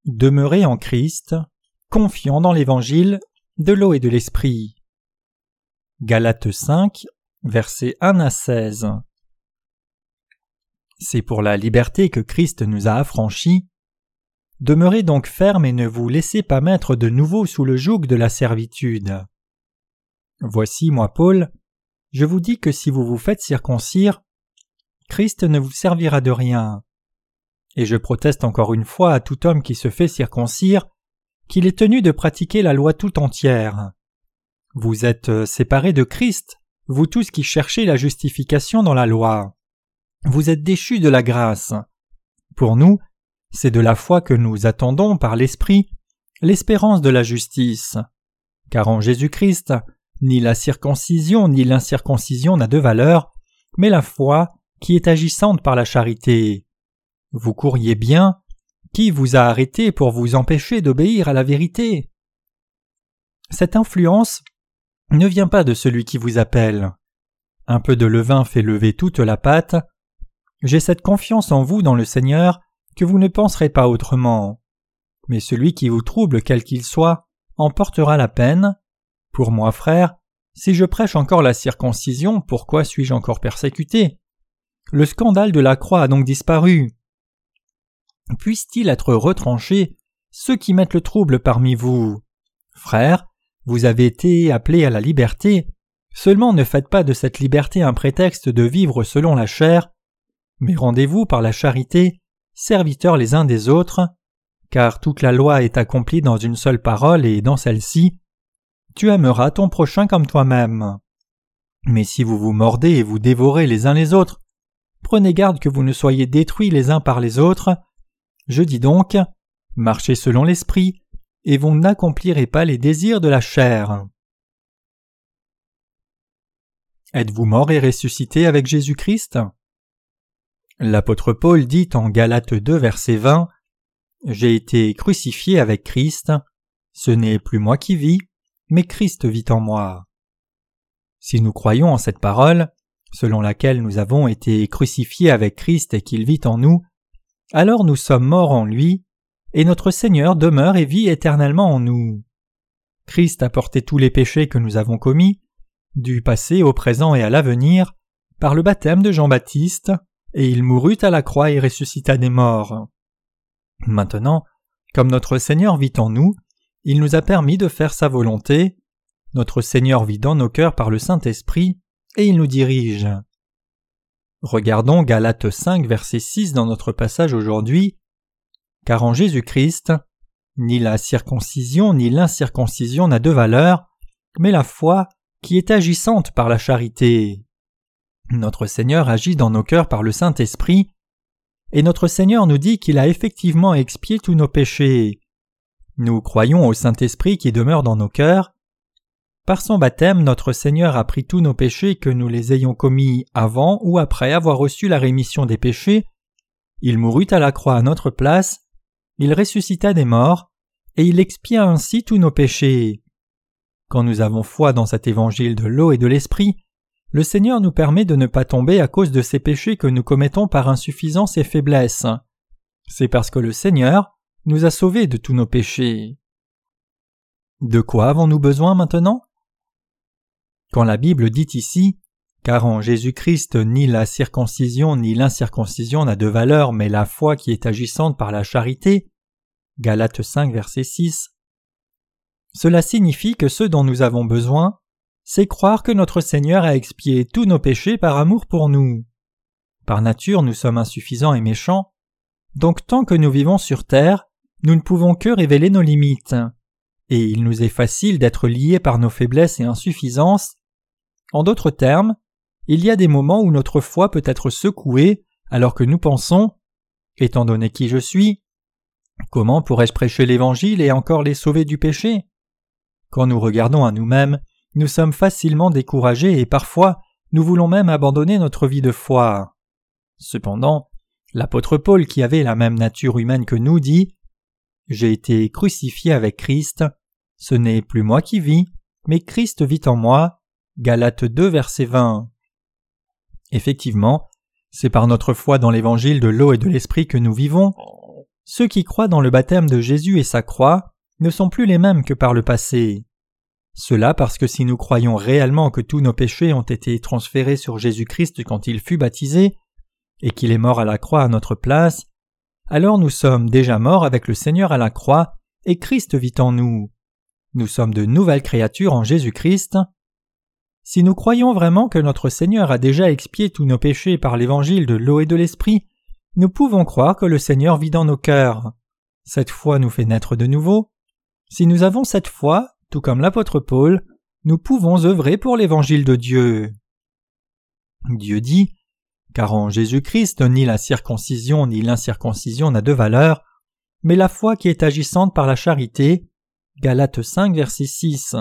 Demeurez en Christ, confiant dans l'évangile de l'eau et de l'esprit. Galates 5, versets 1 à 16. C'est pour la liberté que Christ nous a affranchis. Demeurez donc fermes et ne vous laissez pas mettre de nouveau sous le joug de la servitude. Voici, moi Paul, je vous dis que si vous vous faites circoncire, Christ ne vous servira de rien. Et je proteste encore une fois à tout homme qui se fait circoncire qu'il est tenu de pratiquer la loi tout entière. Vous êtes séparés de Christ, vous tous qui cherchez la justification dans la loi. Vous êtes déchus de la grâce. Pour nous, c'est de la foi que nous attendons par l'Esprit l'espérance de la justice. Car en Jésus-Christ, ni la circoncision ni l'incirconcision n'a de valeur, mais la foi qui est agissante par la charité. Vous couriez bien, qui vous a arrêté pour vous empêcher d'obéir à la vérité? Cette influence ne vient pas de celui qui vous appelle. Un peu de levain fait lever toute la pâte. J'ai cette confiance en vous dans le Seigneur que vous ne penserez pas autrement. Mais celui qui vous trouble quel qu'il soit en portera la peine. Pour moi, frère, si je prêche encore la circoncision, pourquoi suis-je encore persécuté? Le scandale de la croix a donc disparu. Puisse-t-il être retranché, ceux qui mettent le trouble parmi vous? Frères, vous avez été appelés à la liberté, seulement ne faites pas de cette liberté un prétexte de vivre selon la chair, mais rendez-vous par la charité, serviteurs les uns des autres, car toute la loi est accomplie dans une seule parole et dans celle-ci, tu aimeras ton prochain comme toi-même. Mais si vous vous mordez et vous dévorez les uns les autres, prenez garde que vous ne soyez détruits les uns par les autres. Je dis donc, marchez selon l'Esprit, et vous n'accomplirez pas les désirs de la chair. Êtes-vous mort et ressuscité avec Jésus-Christ? L'apôtre Paul dit en Galates 2, verset 20, « J'ai été crucifié avec Christ, ce n'est plus moi qui vis, mais Christ vit en moi. » Si nous croyons en cette parole, selon laquelle nous avons été crucifiés avec Christ et qu'il vit en nous, alors nous sommes morts en lui, et notre Seigneur demeure et vit éternellement en nous. Christ a porté tous les péchés que nous avons commis, du passé au présent et à l'avenir, par le baptême de Jean-Baptiste, et il mourut à la croix et ressuscita des morts. Maintenant, comme notre Seigneur vit en nous, il nous a permis de faire sa volonté. Notre Seigneur vit dans nos cœurs par le Saint-Esprit, et il nous dirige. Regardons Galates 5, verset 6 dans notre passage aujourd'hui. « Car en Jésus-Christ, ni la circoncision ni l'incirconcision n'a de valeur, mais la foi qui est agissante par la charité. » Notre Seigneur agit dans nos cœurs par le Saint-Esprit, et notre Seigneur nous dit qu'il a effectivement expié tous nos péchés. Nous croyons au Saint-Esprit qui demeure dans nos cœurs. Par son baptême, notre Seigneur a pris tous nos péchés, que nous les ayons commis avant ou après avoir reçu la rémission des péchés. Il mourut à la croix à notre place, il ressuscita des morts, et il expia ainsi tous nos péchés. Quand nous avons foi dans cet évangile de l'eau et de l'esprit, le Seigneur nous permet de ne pas tomber à cause de ces péchés que nous commettons par insuffisance et faiblesse. C'est parce que le Seigneur nous a sauvés de tous nos péchés. De quoi avons-nous besoin maintenant? Quand la Bible dit ici « Car en Jésus-Christ ni la circoncision ni l'incirconcision n'a de valeur, mais la foi qui est agissante par la charité » Galates 5, verset 6. Cela signifie que ce dont nous avons besoin, c'est croire que notre Seigneur a expié tous nos péchés par amour pour nous. Par nature, nous sommes insuffisants et méchants, donc tant que nous vivons sur terre, nous ne pouvons que révéler nos limites. Et il nous est facile d'être liés par nos faiblesses et insuffisances. En d'autres termes, il y a des moments où notre foi peut être secouée alors que nous pensons « Étant donné qui je suis, comment pourrais-je prêcher l'Évangile et encore les sauver du péché ?» Quand nous regardons à nous-mêmes, nous sommes facilement découragés et parfois nous voulons même abandonner notre vie de foi. Cependant, l'apôtre Paul, qui avait la même nature humaine que nous, dit « J'ai été crucifié avec Christ, ce n'est plus moi qui vis, mais Christ vit en moi. » Galates 2, verset 20. Effectivement, c'est par notre foi dans l'évangile de l'eau et de l'esprit que nous vivons. ceux qui croient dans le baptême de Jésus et sa croix ne sont plus les mêmes que par le passé. Cela parce que si nous croyons réellement que tous nos péchés ont été transférés sur Jésus-Christ quand il fut baptisé, et qu'il est mort à la croix à notre place, alors nous sommes déjà morts avec le Seigneur à la croix, et Christ vit en nous. Nous sommes de nouvelles créatures en Jésus-Christ. Si nous croyons vraiment que notre Seigneur a déjà expié tous nos péchés par l'évangile de l'eau et de l'esprit, nous pouvons croire que le Seigneur vit dans nos cœurs. Cette foi nous fait naître de nouveau. Si nous avons cette foi, tout comme l'apôtre Paul, nous pouvons œuvrer pour l'évangile de Dieu. Dieu dit, « Car en Jésus-Christ, ni la circoncision ni l'incirconcision n'a de valeur, mais la foi qui est agissante par la charité. » Galates 5, verset 6.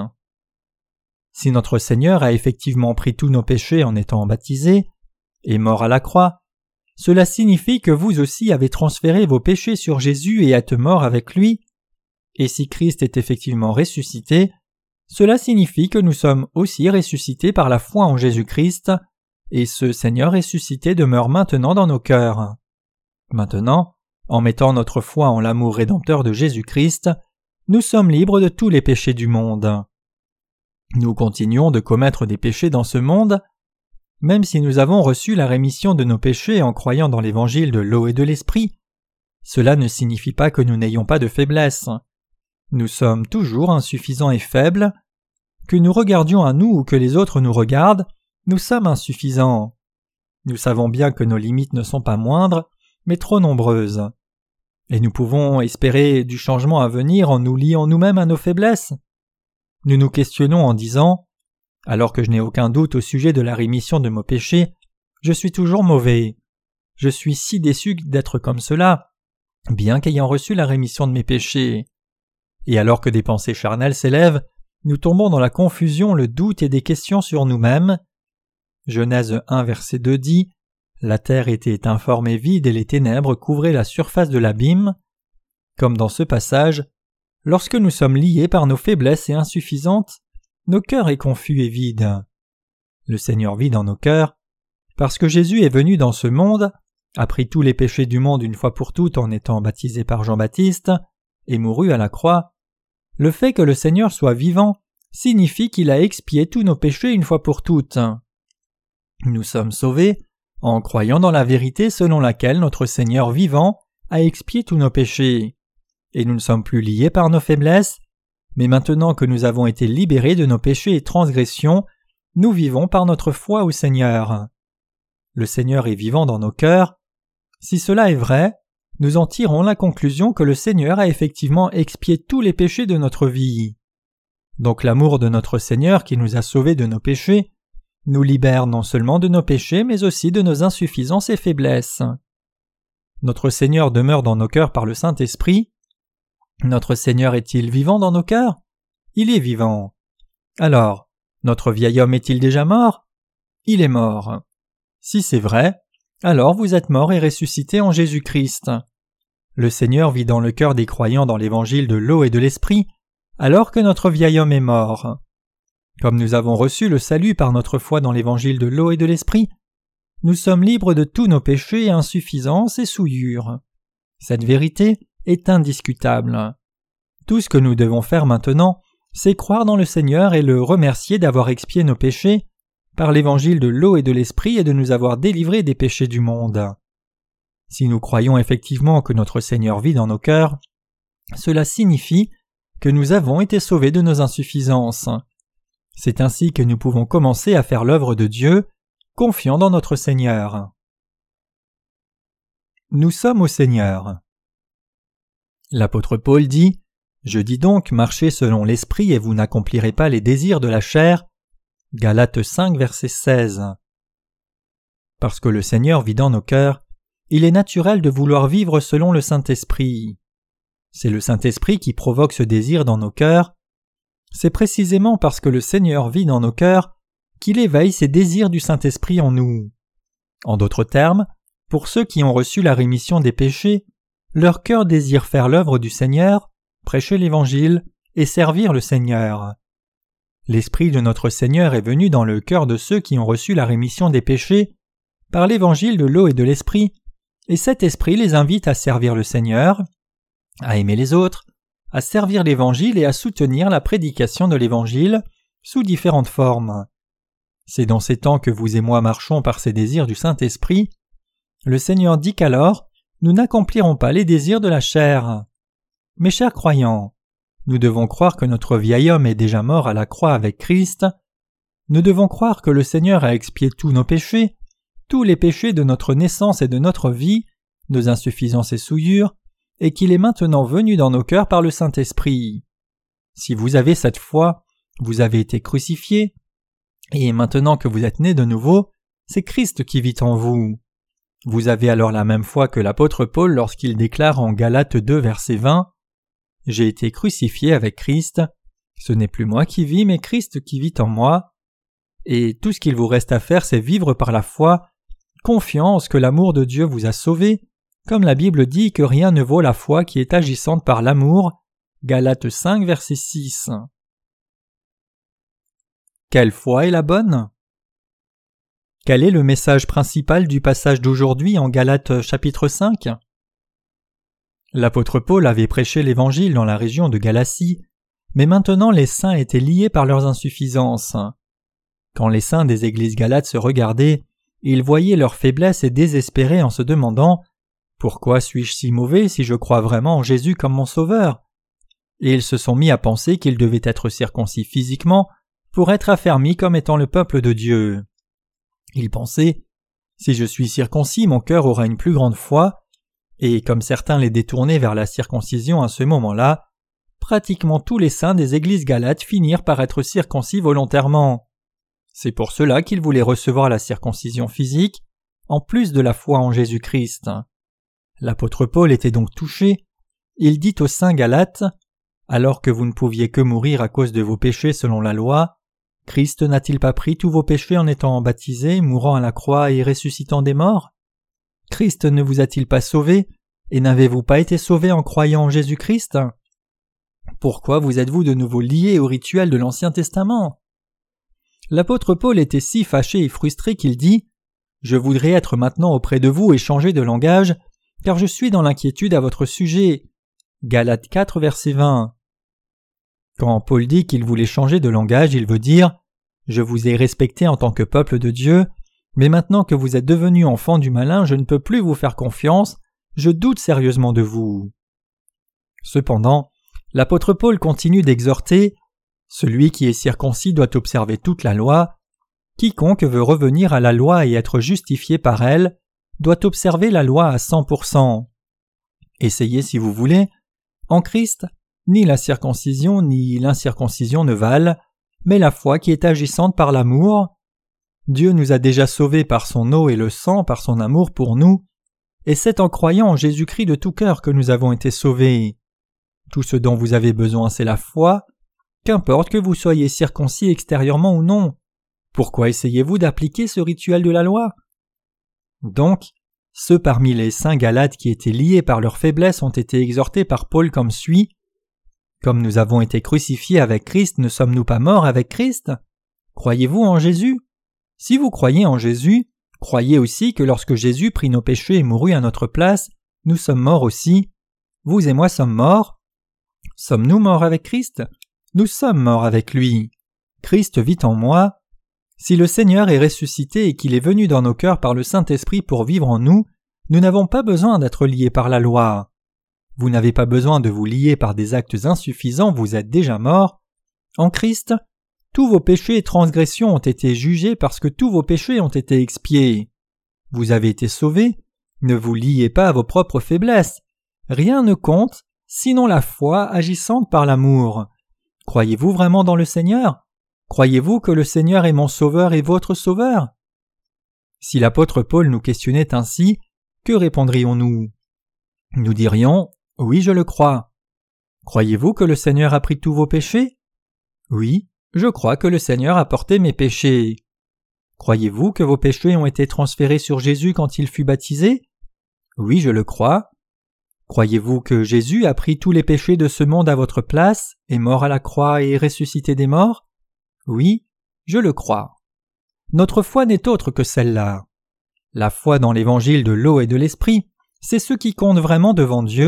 Si notre Seigneur a effectivement pris tous nos péchés en étant baptisé et mort à la croix, cela signifie que vous aussi avez transféré vos péchés sur Jésus et êtes morts avec lui. Et si Christ est effectivement ressuscité, cela signifie que nous sommes aussi ressuscités par la foi en Jésus-Christ, et ce Seigneur ressuscité demeure maintenant dans nos cœurs. Maintenant, en mettant notre foi en l'amour rédempteur de Jésus-Christ, nous sommes libres de tous les péchés du monde. Nous continuons de commettre des péchés dans ce monde. Même si nous avons reçu la rémission de nos péchés en croyant dans l'évangile de l'eau et de l'esprit, cela ne signifie pas que nous n'ayons pas de faiblesse. Nous sommes toujours insuffisants et faibles. Que nous regardions à nous ou que les autres nous regardent, nous sommes insuffisants. Nous savons bien que nos limites ne sont pas moindres, mais trop nombreuses. Et nous pouvons espérer du changement à venir en nous liant nous-mêmes à nos faiblesses. Nous nous questionnons en disant « Alors que je n'ai aucun doute au sujet de la rémission de mes péchés, je suis toujours mauvais. Je suis si déçu d'être comme cela, bien qu'ayant reçu la rémission de mes péchés. » Et alors que des pensées charnelles s'élèvent, nous tombons dans la confusion, le doute et des questions sur nous-mêmes. Genèse 1, verset 2 dit « La terre était informe et vide et les ténèbres couvraient la surface de l'abîme. » Comme dans ce passage, lorsque nous sommes liés par nos faiblesses et insuffisantes, nos cœurs est confus et vide. Le Seigneur vit dans nos cœurs, parce que Jésus est venu dans ce monde, a pris tous les péchés du monde une fois pour toutes en étant baptisé par Jean-Baptiste, et mourut à la croix. Le fait que le Seigneur soit vivant signifie qu'il a expié tous nos péchés une fois pour toutes. Nous sommes sauvés en croyant dans la vérité selon laquelle notre Seigneur vivant a expié tous nos péchés. Et nous ne sommes plus liés par nos faiblesses, mais maintenant que nous avons été libérés de nos péchés et transgressions, nous vivons par notre foi au Seigneur. Le Seigneur est vivant dans nos cœurs. Si cela est vrai, nous en tirons la conclusion que le Seigneur a effectivement expié tous les péchés de notre vie. Donc l'amour de notre Seigneur qui nous a sauvés de nos péchés nous libère non seulement de nos péchés mais aussi de nos insuffisances et faiblesses. Notre Seigneur demeure dans nos cœurs par le Saint-Esprit. Notre Seigneur est-il vivant dans nos cœurs? Il est vivant. Alors, notre vieil homme est-il déjà mort? Il est mort. Si c'est vrai, alors vous êtes morts et ressuscités en Jésus-Christ. Le Seigneur vit dans le cœur des croyants dans l'évangile de l'eau et de l'esprit, alors que notre vieil homme est mort. Comme nous avons reçu le salut par notre foi dans l'évangile de l'eau et de l'esprit, nous sommes libres de tous nos péchés, insuffisances et souillures. Cette vérité est indiscutable. Tout ce que nous devons faire maintenant, c'est croire dans le Seigneur et le remercier d'avoir expié nos péchés par l'évangile de l'eau et de l'esprit et de nous avoir délivrés des péchés du monde. Si nous croyons effectivement que notre Seigneur vit dans nos cœurs, cela signifie que nous avons été sauvés de nos insuffisances. C'est ainsi que nous pouvons commencer à faire l'œuvre de Dieu, confiant dans notre Seigneur. Nous sommes au Seigneur. L'apôtre Paul dit « Je dis donc, marchez selon l'Esprit et vous n'accomplirez pas les désirs de la chair. » Galates 5, verset 16. Parce que le Seigneur vit dans nos cœurs, il est naturel de vouloir vivre selon le Saint-Esprit. C'est le Saint-Esprit qui provoque ce désir dans nos cœurs. C'est précisément parce que le Seigneur vit dans nos cœurs qu'il éveille ces désirs du Saint-Esprit en nous. En d'autres termes, pour ceux qui ont reçu la rémission des péchés, leur cœur désire faire l'œuvre du Seigneur, prêcher l'Évangile et servir le Seigneur. L'Esprit de notre Seigneur est venu dans le cœur de ceux qui ont reçu la rémission des péchés par l'Évangile de l'eau et de l'Esprit, et cet Esprit les invite à servir le Seigneur, à aimer les autres, à servir l'Évangile et à soutenir la prédication de l'Évangile sous différentes formes. C'est dans ces temps que vous et moi marchons par ces désirs du Saint-Esprit. Le Seigneur dit qu'alors, nous n'accomplirons pas les désirs de la chair. Mes chers croyants, nous devons croire que notre vieil homme est déjà mort à la croix avec Christ. Nous devons croire que le Seigneur a expié tous nos péchés, tous les péchés de notre naissance et de notre vie, nos insuffisances et souillures, et qu'il est maintenant venu dans nos cœurs par le Saint-Esprit. Si vous avez cette foi, vous avez été crucifiés, et maintenant que vous êtes nés de nouveau, c'est Christ qui vit en vous. Vous avez alors la même foi que l'apôtre Paul lorsqu'il déclare en Galates 2 verset 20 « J'ai été crucifié avec Christ, ce n'est plus moi qui vis mais Christ qui vit en moi. » Et tout ce qu'il vous reste à faire c'est vivre par la foi, confiance que l'amour de Dieu vous a sauvé, comme la Bible dit que rien ne vaut la foi qui est agissante par l'amour. Galates 5 verset 6. Quelle foi est la bonne? Quel est le message principal du passage d'aujourd'hui en Galates chapitre 5? L'apôtre Paul avait prêché l'Évangile dans la région de Galatie, mais maintenant les saints étaient liés par leurs insuffisances. Quand les saints des églises galates se regardaient, ils voyaient leur faiblesse et désespéraient en se demandant « Pourquoi suis-je si mauvais si je crois vraiment en Jésus comme mon sauveur ?» Et ils se sont mis à penser qu'ils devaient être circoncis physiquement pour être affermis comme étant le peuple de Dieu. Ils pensaient « Si je suis circoncis, mon cœur aura une plus grande foi », et comme certains les détournaient vers la circoncision à ce moment-là, pratiquement tous les saints des églises galates finirent par être circoncis volontairement. C'est pour cela qu'ils voulaient recevoir la circoncision physique, en plus de la foi en Jésus-Christ. L'apôtre Paul était donc touché. Il dit aux saints galates « Alors que vous ne pouviez que mourir à cause de vos péchés selon la loi, Christ n'a-t-il pas pris tous vos péchés en étant baptisé, mourant à la croix et ressuscitant des morts? Christ ne vous a-t-il pas sauvé, et n'avez-vous pas été sauvé en croyant en Jésus-Christ? Pourquoi vous êtes-vous de nouveau liés au rituel de l'Ancien Testament? » L'apôtre Paul était si fâché et frustré qu'il dit « Je voudrais être maintenant auprès de vous et changer de langage, car je suis dans l'inquiétude à votre sujet. » Galates 4 verset 20. Quand Paul dit qu'il voulait changer de langage, il veut dire « Je vous ai respecté en tant que peuple de Dieu, mais maintenant que vous êtes devenus enfants du malin, je ne peux plus vous faire confiance, je doute sérieusement de vous. » Cependant, l'apôtre Paul continue d'exhorter « Celui qui est circoncis doit observer toute la loi. Quiconque veut revenir à la loi et être justifié par elle doit observer la loi à 100%. Essayez si vous voulez. En Christ, ni la circoncision ni l'incirconcision ne valent, mais la foi qui est agissante par l'amour. Dieu nous a déjà sauvés par son eau et le sang, par son amour pour nous, et c'est en croyant en Jésus-Christ de tout cœur que nous avons été sauvés. Tout ce dont vous avez besoin, c'est la foi, qu'importe que vous soyez circoncis extérieurement ou non. Pourquoi essayez-vous d'appliquer ce rituel de la loi? Donc, ceux parmi les saints galates qui étaient liés par leur faiblesse ont été exhortés par Paul comme suit. Comme nous avons été crucifiés avec Christ, ne sommes-nous pas morts avec Christ? Croyez-vous en Jésus? Si vous croyez en Jésus, croyez aussi que lorsque Jésus prit nos péchés et mourut à notre place, nous sommes morts aussi. Vous et moi sommes morts. Sommes-nous morts avec Christ? Nous sommes morts avec lui. Christ vit en moi. Si le Seigneur est ressuscité et qu'il est venu dans nos cœurs par le Saint-Esprit pour vivre en nous, nous n'avons pas besoin d'être liés par la loi. Vous n'avez pas besoin de vous lier par des actes insuffisants, vous êtes déjà morts. En Christ, tous vos péchés et transgressions ont été jugés parce que tous vos péchés ont été expiés. Vous avez été sauvés, ne vous liez pas à vos propres faiblesses. Rien ne compte, sinon la foi agissante par l'amour. Croyez-vous vraiment dans le Seigneur? Croyez-vous que le Seigneur est mon Sauveur et votre Sauveur? Si l'apôtre Paul nous questionnait ainsi, que répondrions-nous? Nous dirions « Oui, je le crois ». Croyez-vous que le Seigneur a pris tous vos péchés? Oui, je crois que le Seigneur a porté mes péchés. Croyez-vous que vos péchés ont été transférés sur Jésus quand il fut baptisé? Oui, je le crois. Croyez-vous que Jésus a pris tous les péchés de ce monde à votre place, est mort à la croix et est ressuscité des morts? Oui, je le crois. Notre foi n'est autre que celle-là. La foi dans l'évangile de l'eau et de l'esprit, c'est ce qui compte vraiment devant Dieu,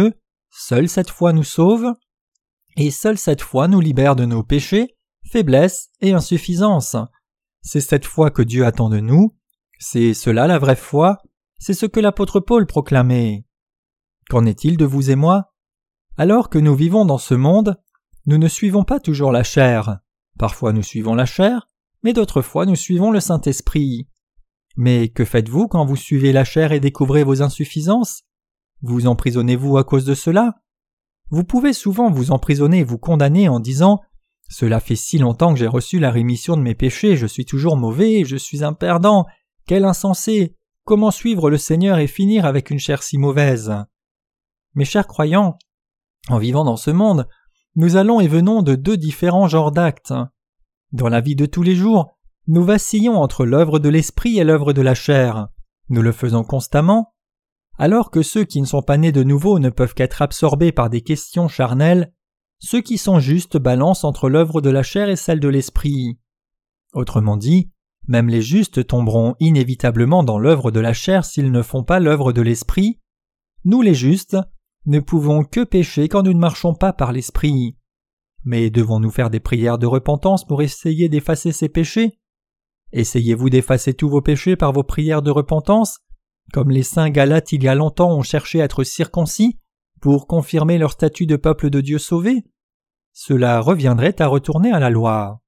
seule cette foi nous sauve, et seule cette foi nous libère de nos péchés, faiblesses et insuffisances. C'est cette foi que Dieu attend de nous, c'est cela la vraie foi, c'est ce que l'apôtre Paul proclamait. Qu'en est-il de vous et moi? Alors que nous vivons dans ce monde, nous ne suivons pas toujours la chair. Parfois nous suivons la chair, mais d'autres fois nous suivons le Saint-Esprit. Mais que faites-vous quand vous suivez la chair et découvrez vos insuffisances? Vous emprisonnez-vous à cause de cela? Vous pouvez souvent vous emprisonner et vous condamner en disant « Cela fait si longtemps que j'ai reçu la rémission de mes péchés, je suis toujours mauvais, je suis un perdant, quel insensé! Comment suivre le Seigneur et finir avec une chair si mauvaise ?» Mes chers croyants, en vivant dans ce monde, nous allons et venons de deux différents genres d'actes. Dans la vie de tous les jours, nous vacillons entre l'œuvre de l'esprit et l'œuvre de la chair. Nous le faisons constamment. Alors que ceux qui ne sont pas nés de nouveau ne peuvent qu'être absorbés par des questions charnelles, ceux qui sont justes balancent entre l'œuvre de la chair et celle de l'esprit. Autrement dit, même les justes tomberont inévitablement dans l'œuvre de la chair s'ils ne font pas l'œuvre de l'esprit. Nous les justes ne pouvons que pécher quand nous ne marchons pas par l'esprit. Mais devons-nous faire des prières de repentance pour essayer d'effacer ces péchés? Essayez-vous d'effacer tous vos péchés par vos prières de repentance, comme les saints Galates il y a longtemps ont cherché à être circoncis pour confirmer leur statut de peuple de Dieu sauvé? Cela reviendrait à retourner à la loi.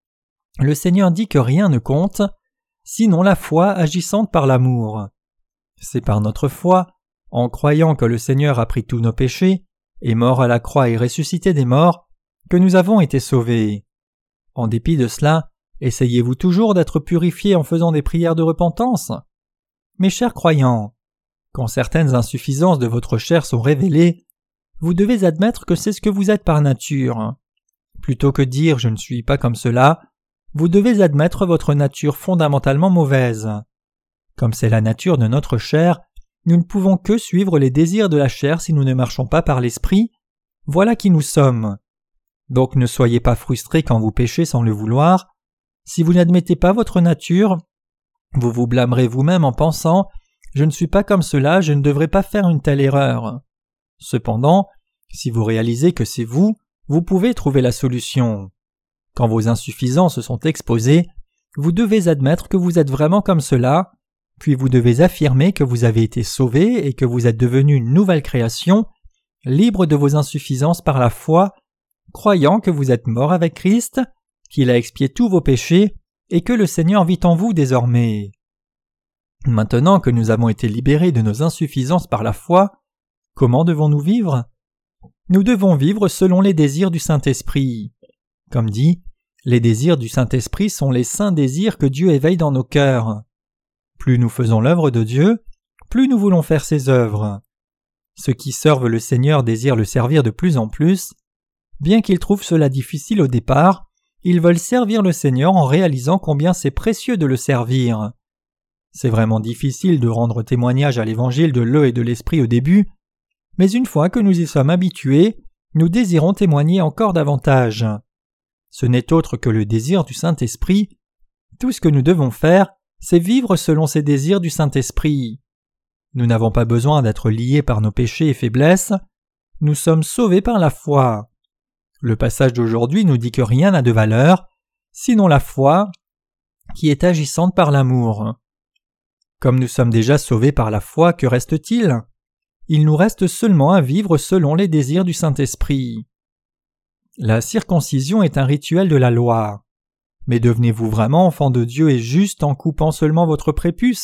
Le Seigneur dit que rien ne compte, sinon la foi agissante par l'amour. C'est par notre foi, en croyant que le Seigneur a pris tous nos péchés, est mort à la croix et ressuscité des morts, que nous avons été sauvés. En dépit de cela, essayez-vous toujours d'être purifiés en faisant des prières de repentance? Mes chers croyants, quand certaines insuffisances de votre chair sont révélées, vous devez admettre que c'est ce que vous êtes par nature. Plutôt que dire « je ne suis pas comme cela », vous devez admettre votre nature fondamentalement mauvaise. Comme c'est la nature de notre chair, nous ne pouvons que suivre les désirs de la chair si nous ne marchons pas par l'esprit. Voilà qui nous sommes. Donc ne soyez pas frustrés quand vous péchez sans le vouloir. Si vous n'admettez pas votre nature, vous vous blâmerez vous-même en pensant « je ne suis pas comme cela, je ne devrais pas faire une telle erreur ». Cependant, si vous réalisez que c'est vous, vous pouvez trouver la solution. Quand vos insuffisances sont exposées, vous devez admettre que vous êtes vraiment comme cela, puis vous devez affirmer que vous avez été sauvé et que vous êtes devenu une nouvelle création, libre de vos insuffisances par la foi, croyant que vous êtes mort avec Christ, qu'il a expié tous vos péchés et que le Seigneur vit en vous désormais. Maintenant que nous avons été libérés de nos insuffisances par la foi, comment devons-nous vivre? Nous devons vivre selon les désirs du Saint-Esprit. Comme dit, les désirs du Saint-Esprit sont les saints désirs que Dieu éveille dans nos cœurs. Plus nous faisons l'œuvre de Dieu, plus nous voulons faire ses œuvres. Ceux qui servent le Seigneur désirent le servir de plus en plus. Bien qu'ils trouvent cela difficile au départ, ils veulent servir le Seigneur en réalisant combien c'est précieux de le servir. C'est vraiment difficile de rendre témoignage à l'évangile de l'eau et de l'esprit au début, mais une fois que nous y sommes habitués, nous désirons témoigner encore davantage. Ce n'est autre que le désir du Saint-Esprit. Tout ce que nous devons faire, c'est vivre selon ces désirs du Saint-Esprit. Nous n'avons pas besoin d'être liés par nos péchés et faiblesses. Nous sommes sauvés par la foi. Le passage d'aujourd'hui nous dit que rien n'a de valeur, sinon la foi, qui est agissante par l'amour. Comme nous sommes déjà sauvés par la foi, que reste-t-il? Il nous reste seulement à vivre selon les désirs du Saint-Esprit. La circoncision est un rituel de la loi. Mais devenez-vous vraiment enfant de Dieu et juste en coupant seulement votre prépuce?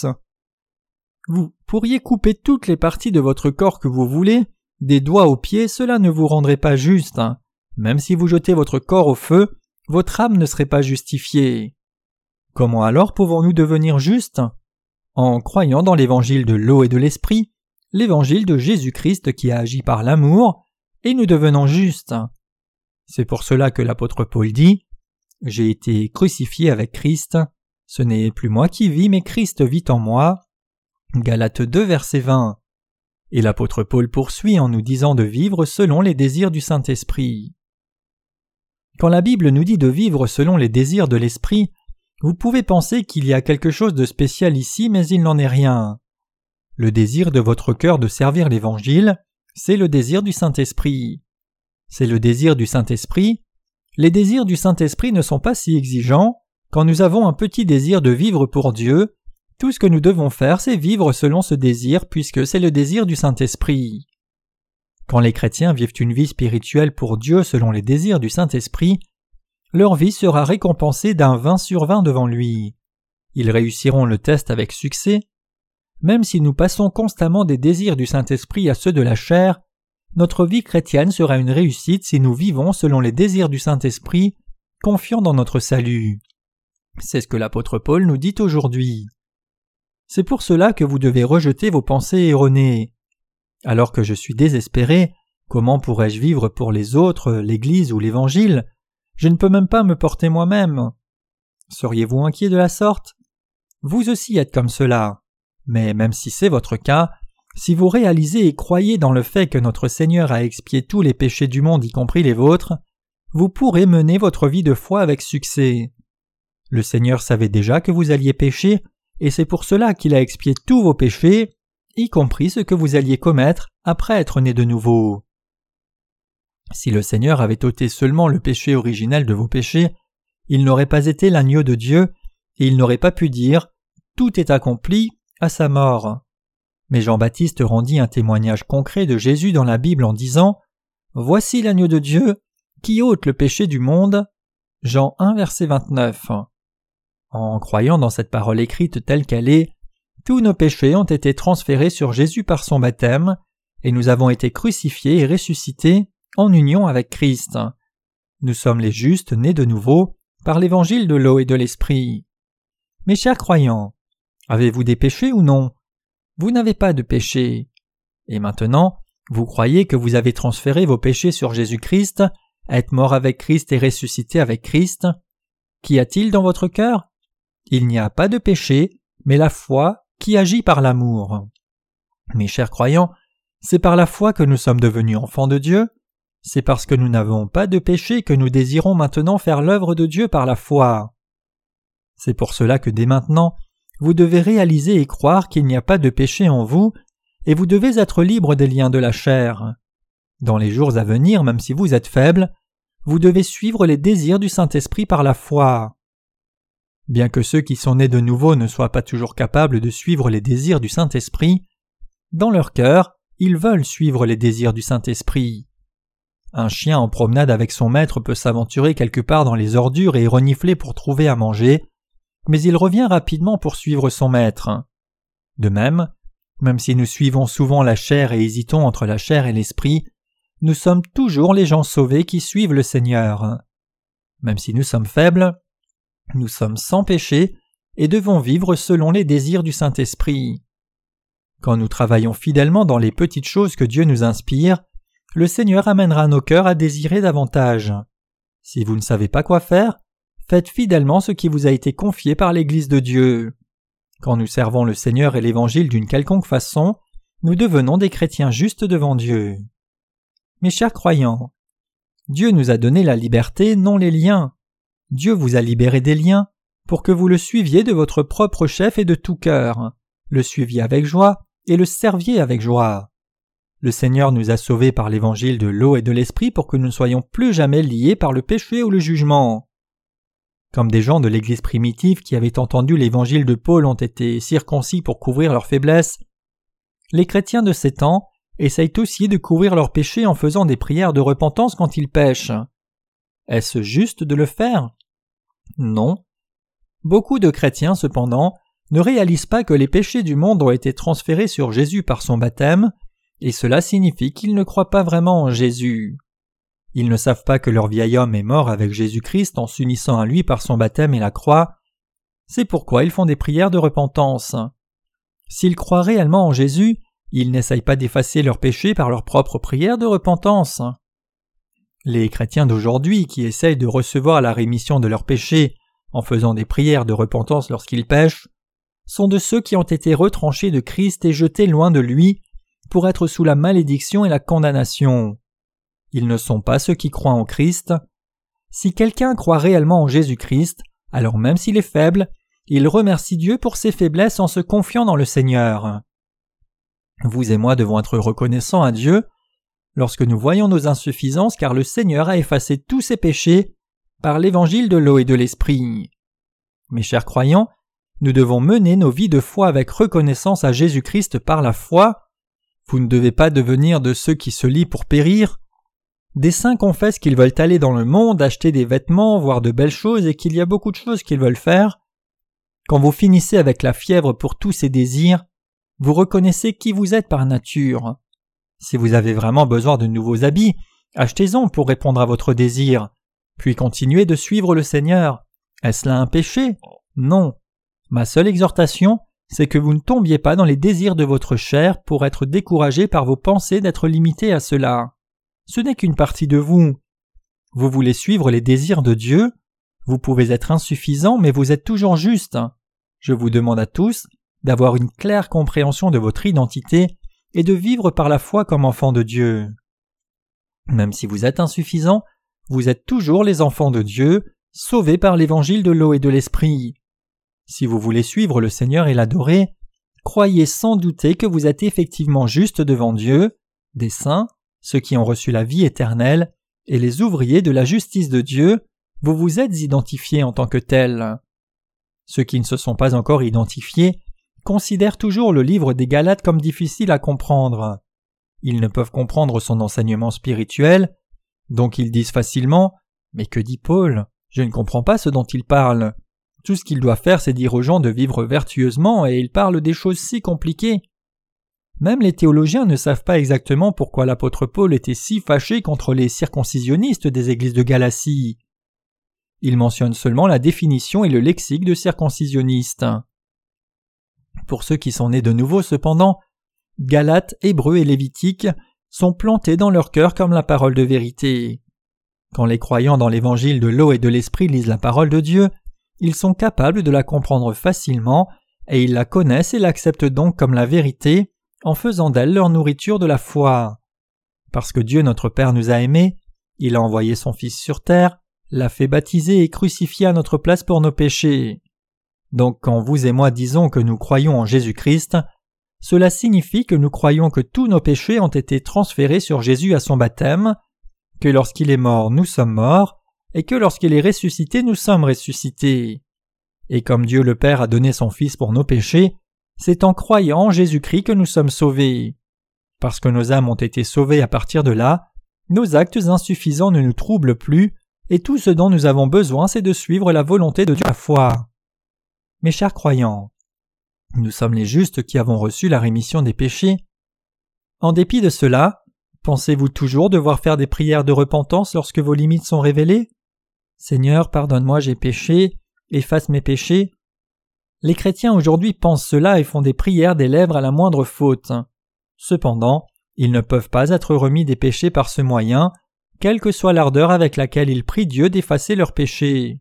Vous pourriez couper toutes les parties de votre corps que vous voulez, des doigts aux pieds, cela ne vous rendrait pas juste. Même si vous jetez votre corps au feu, votre âme ne serait pas justifiée. Comment alors pouvons-nous devenir justes? En croyant dans l'évangile de l'eau et de l'esprit, l'évangile de Jésus-Christ qui a agi par l'amour, et nous devenons justes. C'est pour cela que l'apôtre Paul dit « J'ai été crucifié avec Christ, ce n'est plus moi qui vis, mais Christ vit en moi. » Galates 2, verset 20. Et l'apôtre Paul poursuit en nous disant de vivre selon les désirs du Saint-Esprit. Quand la Bible nous dit de vivre selon les désirs de l'Esprit, vous pouvez penser qu'il y a quelque chose de spécial ici, mais il n'en est rien. Le désir de votre cœur de servir l'Évangile, C'est le désir du Saint-Esprit. C'est le désir du Saint-Esprit. Les désirs du Saint-Esprit ne sont pas si exigeants. Quand nous avons un petit désir de vivre pour Dieu, tout ce que nous devons faire, c'est vivre selon ce désir, puisque c'est le désir du Saint-Esprit. Quand les chrétiens vivent une vie spirituelle pour Dieu selon les désirs du Saint-Esprit, leur vie sera récompensée d'un 20 sur 20 devant lui. Ils réussiront le test avec succès. Même si nous passons constamment des désirs du Saint-Esprit à ceux de la chair, notre vie chrétienne sera une réussite si nous vivons selon les désirs du Saint-Esprit, confiants dans notre salut. C'est ce que l'apôtre Paul nous dit aujourd'hui. C'est pour cela que vous devez rejeter vos pensées erronées. Alors que je suis désespéré, comment pourrais-je vivre pour les autres, l'Église ou l'Évangile? Je ne peux même pas me porter moi-même. Seriez-vous inquiet de la sorte? Vous aussi êtes comme cela. Mais même si c'est votre cas, si vous réalisez et croyez dans le fait que notre Seigneur a expié tous les péchés du monde, y compris les vôtres, vous pourrez mener votre vie de foi avec succès. Le Seigneur savait déjà que vous alliez pécher, et c'est pour cela qu'il a expié tous vos péchés, y compris ce que vous alliez commettre après être né de nouveau. Si le Seigneur avait ôté seulement le péché originel de vos péchés, il n'aurait pas été l'agneau de Dieu, et il n'aurait pas pu dire « Tout est accompli » à sa mort. Mais Jean-Baptiste rendit un témoignage concret de Jésus dans la Bible en disant « Voici l'agneau de Dieu qui ôte le péché du monde » Jean 1, verset 29. En croyant dans cette parole écrite telle qu'elle est, tous nos péchés ont été transférés sur Jésus par son baptême, et nous avons été crucifiés et ressuscités en union avec Christ. Nous sommes les justes nés de nouveau par l'évangile de l'eau et de l'esprit. Mes chers croyants, avez-vous des péchés ou non? Vous n'avez pas de péché. Et maintenant, vous croyez que vous avez transféré vos péchés sur Jésus-Christ, être mort avec Christ et ressuscité avec Christ. Qu'y a-t-il dans votre cœur? Il n'y a pas de péché, mais la foi qui agit par l'amour. Mes chers croyants, c'est par la foi que nous sommes devenus enfants de Dieu. C'est parce que nous n'avons pas de péché que nous désirons maintenant faire l'œuvre de Dieu par la foi. C'est pour cela que dès maintenant, vous devez réaliser et croire qu'il n'y a pas de péché en vous, et vous devez être libre des liens de la chair. Dans les jours à venir, même si vous êtes faible, vous devez suivre les désirs du Saint-Esprit par la foi. Bien que ceux qui sont nés de nouveau ne soient pas toujours capables de suivre les désirs du Saint-Esprit, dans leur cœur, ils veulent suivre les désirs du Saint-Esprit. Un chien en promenade avec son maître peut s'aventurer quelque part dans les ordures et renifler pour trouver à manger, mais il revient rapidement pour suivre son maître. De même si nous suivons souvent la chair et hésitons entre la chair et l'esprit, nous sommes toujours les gens sauvés qui suivent le Seigneur. Même si nous sommes faibles, nous sommes sans péché et devons vivre selon les désirs du Saint-Esprit. Quand nous travaillons fidèlement dans les petites choses que Dieu nous inspire, le Seigneur amènera nos cœurs à désirer davantage. Si vous ne savez pas quoi faire, faites fidèlement ce qui vous a été confié par l'Église de Dieu. Quand nous servons le Seigneur et l'Évangile d'une quelconque façon, nous devenons des chrétiens justes devant Dieu. Mes chers croyants, Dieu nous a donné la liberté, non les liens. Dieu vous a libéré des liens pour que vous le suiviez de votre propre chef et de tout cœur, le suiviez avec joie et le serviez avec joie. Le Seigneur nous a sauvés par l'évangile de l'eau et de l'esprit pour que nous ne soyons plus jamais liés par le péché ou le jugement. Comme des gens de l'Église primitive qui avaient entendu l'évangile de Paul ont été circoncis pour couvrir leurs faiblesses, les chrétiens de ces temps essayent aussi de couvrir leurs péchés en faisant des prières de repentance quand ils pêchent. Est-ce juste de le faire? Non. Beaucoup de chrétiens, cependant, ne réalisent pas que les péchés du monde ont été transférés sur Jésus par son baptême, et cela signifie qu'ils ne croient pas vraiment en Jésus. Ils ne savent pas que leur vieil homme est mort avec Jésus-Christ en s'unissant à lui par son baptême et la croix. C'est pourquoi ils font des prières de repentance. S'ils croient réellement en Jésus, ils n'essayent pas d'effacer leurs péchés par leurs propres prières de repentance. Les chrétiens d'aujourd'hui qui essayent de recevoir la rémission de leurs péchés en faisant des prières de repentance lorsqu'ils pêchent sont de ceux qui ont été retranchés de Christ et jetés loin de lui pour être sous la malédiction et la condamnation. Ils ne sont pas ceux qui croient en Christ. Si quelqu'un croit réellement en Jésus-Christ, alors même s'il est faible, il remercie Dieu pour ses faiblesses en se confiant dans le Seigneur. Vous et moi devons être reconnaissants à Dieu lorsque nous voyons nos insuffisances car le Seigneur a effacé tous ses péchés par l'évangile de l'eau et de l'esprit. Mes chers croyants, nous devons mener nos vies de foi avec reconnaissance à Jésus-Christ par la foi. Vous ne devez pas devenir de ceux qui se lient pour périr. Des saints confessent qu'ils veulent aller dans le monde, acheter des vêtements, voir de belles choses et qu'il y a beaucoup de choses qu'ils veulent faire. Quand vous finissez avec la fièvre pour tous ces désirs, vous reconnaissez qui vous êtes par nature. Si vous avez vraiment besoin de nouveaux habits, achetez-en pour répondre à votre désir, puis continuez de suivre le Seigneur. Est-ce là un péché? Non. Ma seule exhortation, c'est que vous ne tombiez pas dans les désirs de votre chair pour être découragé par vos pensées d'être limité à cela. Ce n'est qu'une partie de vous. Vous voulez suivre les désirs de Dieu. Vous pouvez être insuffisant, mais vous êtes toujours juste. Je vous demande à tous d'avoir une claire compréhension de votre identité et de vivre par la foi comme enfant de Dieu. Même si vous êtes insuffisant, vous êtes toujours les enfants de Dieu, sauvés par l'évangile de l'eau et de l'esprit. Si vous voulez suivre le Seigneur et l'adorer, croyez sans douter que vous êtes effectivement juste devant Dieu, des saints, ceux qui ont reçu la vie éternelle, et les ouvriers de la justice de Dieu, vous vous êtes identifiés en tant que tels. Ceux qui ne se sont pas encore identifiés considèrent toujours le livre des Galates comme difficile à comprendre. Ils ne peuvent comprendre son enseignement spirituel, donc ils disent facilement « Mais que dit Paul? Je ne comprends pas ce dont il parle. Tout ce qu'il doit faire, c'est dire aux gens de vivre vertueusement et il parle des choses si compliquées. » Même les théologiens ne savent pas exactement pourquoi l'apôtre Paul était si fâché contre les circoncisionnistes des églises de Galatie. Il mentionne seulement la définition et le lexique de circoncisionniste. Pour ceux qui sont nés de nouveau cependant, Galates, Hébreux et Lévitique sont plantés dans leur cœur comme la parole de vérité. Quand les croyants dans l'évangile de l'eau et de l'esprit lisent la parole de Dieu, ils sont capables de la comprendre facilement et ils la connaissent et l'acceptent donc comme la vérité en faisant d'elle leur nourriture de la foi. Parce que Dieu notre Père nous a aimés, il a envoyé son Fils sur terre, l'a fait baptiser et crucifier à notre place pour nos péchés. Donc quand vous et moi disons que nous croyons en Jésus-Christ, cela signifie que nous croyons que tous nos péchés ont été transférés sur Jésus à son baptême, que lorsqu'il est mort, nous sommes morts, et que lorsqu'il est ressuscité, nous sommes ressuscités. Et comme Dieu le Père a donné son Fils pour nos péchés, c'est en croyant en Jésus-Christ que nous sommes sauvés. Parce que nos âmes ont été sauvées à partir de là, nos actes insuffisants ne nous troublent plus, et tout ce dont nous avons besoin, c'est de suivre la volonté de Dieu à la foi. Mes chers croyants, nous sommes les justes qui avons reçu la rémission des péchés. En dépit de cela, pensez-vous toujours devoir faire des prières de repentance lorsque vos limites sont révélées? Seigneur, pardonne-moi, j'ai péché, efface mes péchés. Les chrétiens aujourd'hui pensent cela et font des prières des lèvres à la moindre faute. Cependant, ils ne peuvent pas être remis des péchés par ce moyen, quelle que soit l'ardeur avec laquelle ils prient Dieu d'effacer leurs péchés.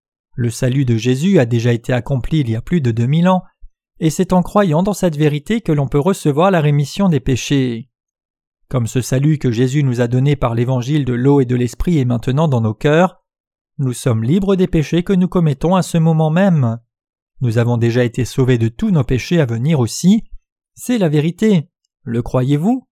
Le salut de Jésus a déjà été accompli il y a plus de 2000 ans, et c'est en croyant dans cette vérité que l'on peut recevoir la rémission des péchés. Comme ce salut que Jésus nous a donné par l'évangile de l'eau et de l'esprit est maintenant dans nos cœurs, nous sommes libres des péchés que nous commettons à ce moment même. Nous avons déjà été sauvés de tous nos péchés à venir aussi. C'est la vérité. Le croyez-vous?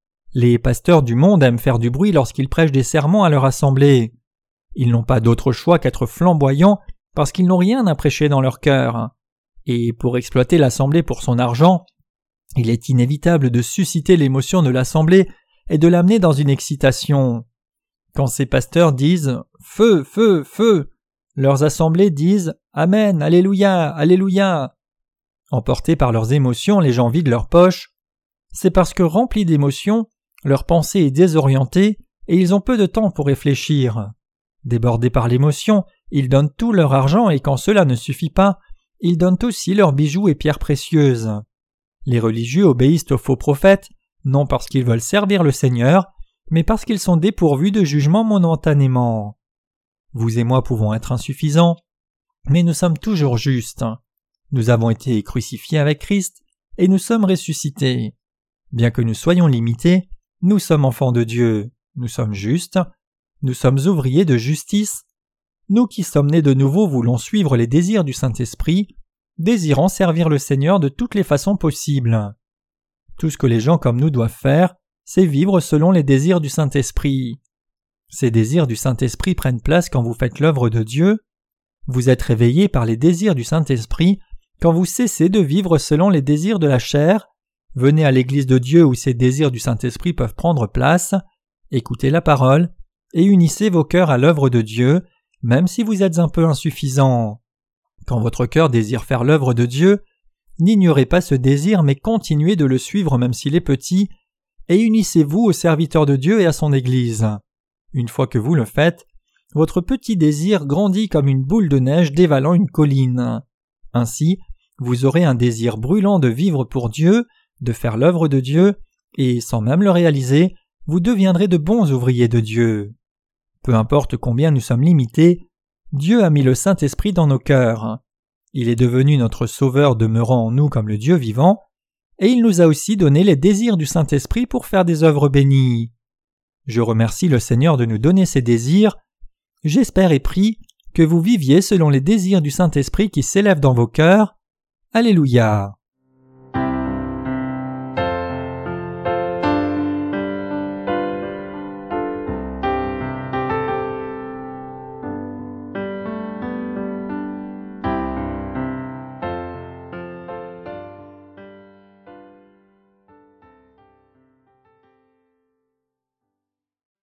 Les pasteurs du monde aiment faire du bruit lorsqu'ils prêchent des sermons à leur assemblée. Ils n'ont pas d'autre choix qu'être flamboyants parce qu'ils n'ont rien à prêcher dans leur cœur. Et pour exploiter l'assemblée pour son argent, il est inévitable de susciter l'émotion de l'assemblée et de l'amener dans une excitation. Quand ces pasteurs disent « Feu, feu, feu », leurs assemblées disent « Amen, Alléluia, Alléluia ». Emportés par leurs émotions, les gens vident leurs poches. C'est parce que remplis d'émotions, leur pensée est désorientée et ils ont peu de temps pour réfléchir. Débordés par l'émotion, ils donnent tout leur argent et quand cela ne suffit pas, ils donnent aussi leurs bijoux et pierres précieuses. Les religieux obéissent aux faux prophètes, non parce qu'ils veulent servir le Seigneur, mais parce qu'ils sont dépourvus de jugement momentanément. Vous et moi pouvons être insuffisants, mais nous sommes toujours justes. Nous avons été crucifiés avec Christ et nous sommes ressuscités. Bien que nous soyons limités, nous sommes enfants de Dieu, nous sommes justes, nous sommes ouvriers de justice. Nous qui sommes nés de nouveau voulons suivre les désirs du Saint-Esprit, désirant servir le Seigneur de toutes les façons possibles. Tout ce que les gens comme nous doivent faire, c'est vivre selon les désirs du Saint-Esprit. Ces désirs du Saint-Esprit prennent place quand vous faites l'œuvre de Dieu. Vous êtes réveillés par les désirs du Saint-Esprit quand vous cessez de vivre selon les désirs de la chair. Venez à l'Église de Dieu où ces désirs du Saint-Esprit peuvent prendre place, écoutez la parole et unissez vos cœurs à l'œuvre de Dieu, même si vous êtes un peu insuffisant. Quand votre cœur désire faire l'œuvre de Dieu, n'ignorez pas ce désir mais continuez de le suivre même s'il est petit, et unissez-vous au serviteur de Dieu et à son Église. Une fois que vous le faites, votre petit désir grandit comme une boule de neige dévalant une colline. Ainsi, vous aurez un désir brûlant de vivre pour Dieu, de faire l'œuvre de Dieu, et sans même le réaliser, vous deviendrez de bons ouvriers de Dieu. Peu importe combien nous sommes limités, Dieu a mis le Saint-Esprit dans nos cœurs. Il est devenu notre Sauveur demeurant en nous comme le Dieu vivant, et il nous a aussi donné les désirs du Saint-Esprit pour faire des œuvres bénies. Je remercie le Seigneur de nous donner ces désirs. J'espère et prie que vous viviez selon les désirs du Saint-Esprit qui s'élèvent dans vos cœurs. Alléluia.